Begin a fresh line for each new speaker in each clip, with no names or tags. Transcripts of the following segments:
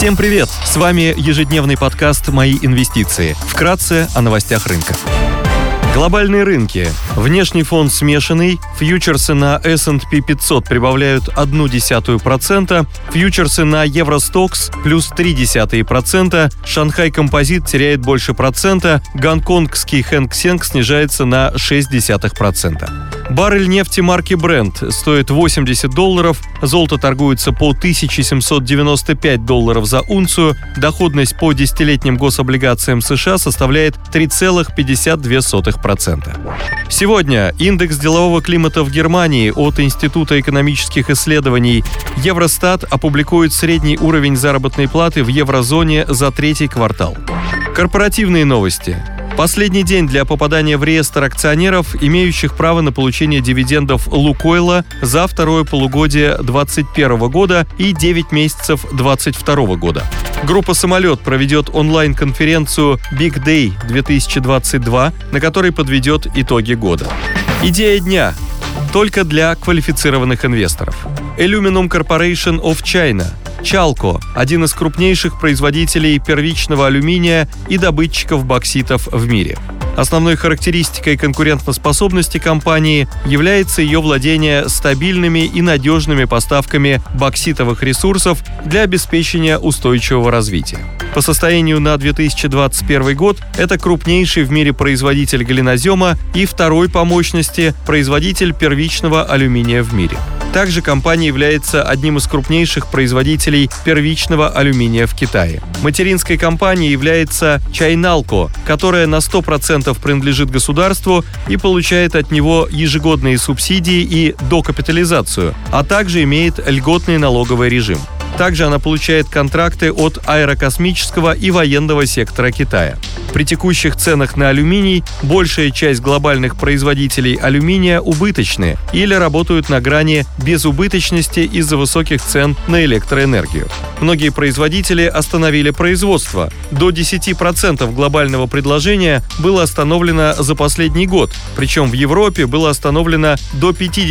Всем привет! С вами ежедневный подкаст «Мои инвестиции». Вкратце о новостях рынка. Глобальные рынки. Внешний фон смешанный. Фьючерсы на S&P 500 прибавляют 0,1%. Фьючерсы на Евростокс плюс 0,3%. Шанхай Композит теряет больше процента. Гонконгский Хэнк Сенг снижается на 0,6%. Баррель нефти марки Brent стоит $80. Золото торгуется по $1795 за унцию. Доходность по десятилетним гособлигациям США составляет 3,52%. Сегодня индекс делового климата в Германии от Института экономических исследований Евростат опубликует средний уровень заработной платы в еврозоне за третий квартал. Корпоративные новости. Последний день для попадания в реестр акционеров, имеющих право на получение дивидендов Лукойла за второе полугодие 2021 года и 9 месяцев 2022 года. Группа «Самолет» проведет онлайн-конференцию Big Day 2022, на которой подведет итоги года. Идея дня. Только для квалифицированных инвесторов. Aluminum Corporation of China. Chalco – один из крупнейших производителей первичного алюминия и добытчиков бокситов в мире. Основной характеристикой конкурентоспособности компании является ее владение стабильными и надежными поставками бокситовых ресурсов для обеспечения устойчивого развития. По состоянию на 2021 год это крупнейший в мире производитель глинозема и второй по мощности производитель первичного алюминия в мире. Также компания является одним из крупнейших производителей первичного алюминия в Китае. Материнской компанией является Чайналко, которая на 100% принадлежит государству и получает от него ежегодные субсидии и докапитализацию, а также имеет льготный налоговый режим. Также она получает контракты от аэрокосмического и военного сектора Китая. При текущих ценах на алюминий большая часть глобальных производителей алюминия убыточны или работают на грани безубыточности из-за высоких цен на электроэнергию. Многие производители остановили производство. До 10% глобального предложения было остановлено за последний год, причем в Европе было остановлено до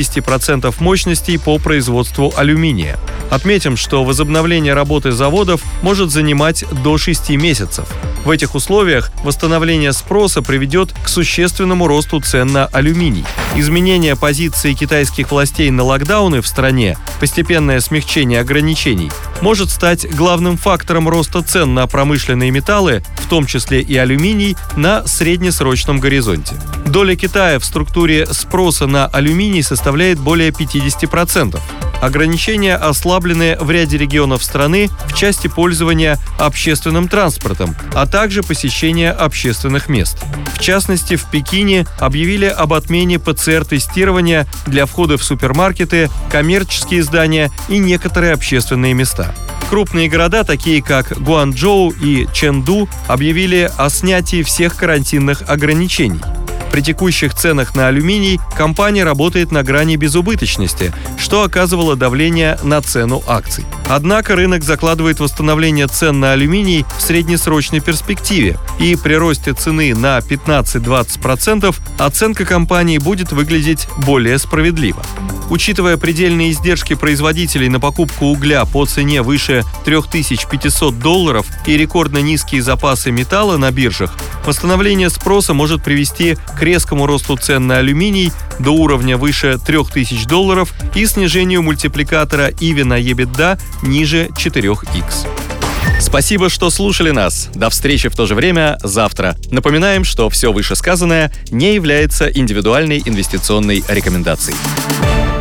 50% мощностей по производству алюминия. Отметим, что возобновление работы заводов может занимать до 6 месяцев. В этих условиях восстановление спроса приведет к существенному росту цен на алюминий. Изменение позиции китайских властей на локдауны в стране, постепенное смягчение ограничений, может стать главным фактором роста цен на промышленные металлы, в том числе и алюминий, на среднесрочном горизонте. Доля Китая в структуре спроса на алюминий составляет более 50%. Ограничения ослаблены в ряде регионов страны в части пользования общественным транспортом, а также посещения общественных мест. В частности, в Пекине объявили об отмене ПЦР-тестирования для входа в супермаркеты, коммерческие здания и некоторые общественные места. Крупные города, такие как Гуанчжоу и Чэнду, объявили о снятии всех карантинных ограничений. При текущих ценах на алюминий компания работает на грани безубыточности, что оказывало давление на цену акций. Однако рынок закладывает восстановление цен на алюминий в среднесрочной перспективе, и при росте цены на 15-20% оценка компании будет выглядеть более справедливо. Учитывая предельные издержки производителей на покупку угля по цене выше $3500 и рекордно низкие запасы металла на биржах, восстановление спроса может привести к резкому росту цен на алюминий до уровня выше $3000 и снижению мультипликатора EV на EBITDA ниже 4x. Спасибо, что слушали нас. До встречи в то же время завтра. Напоминаем, что все вышесказанное не является индивидуальной инвестиционной рекомендацией.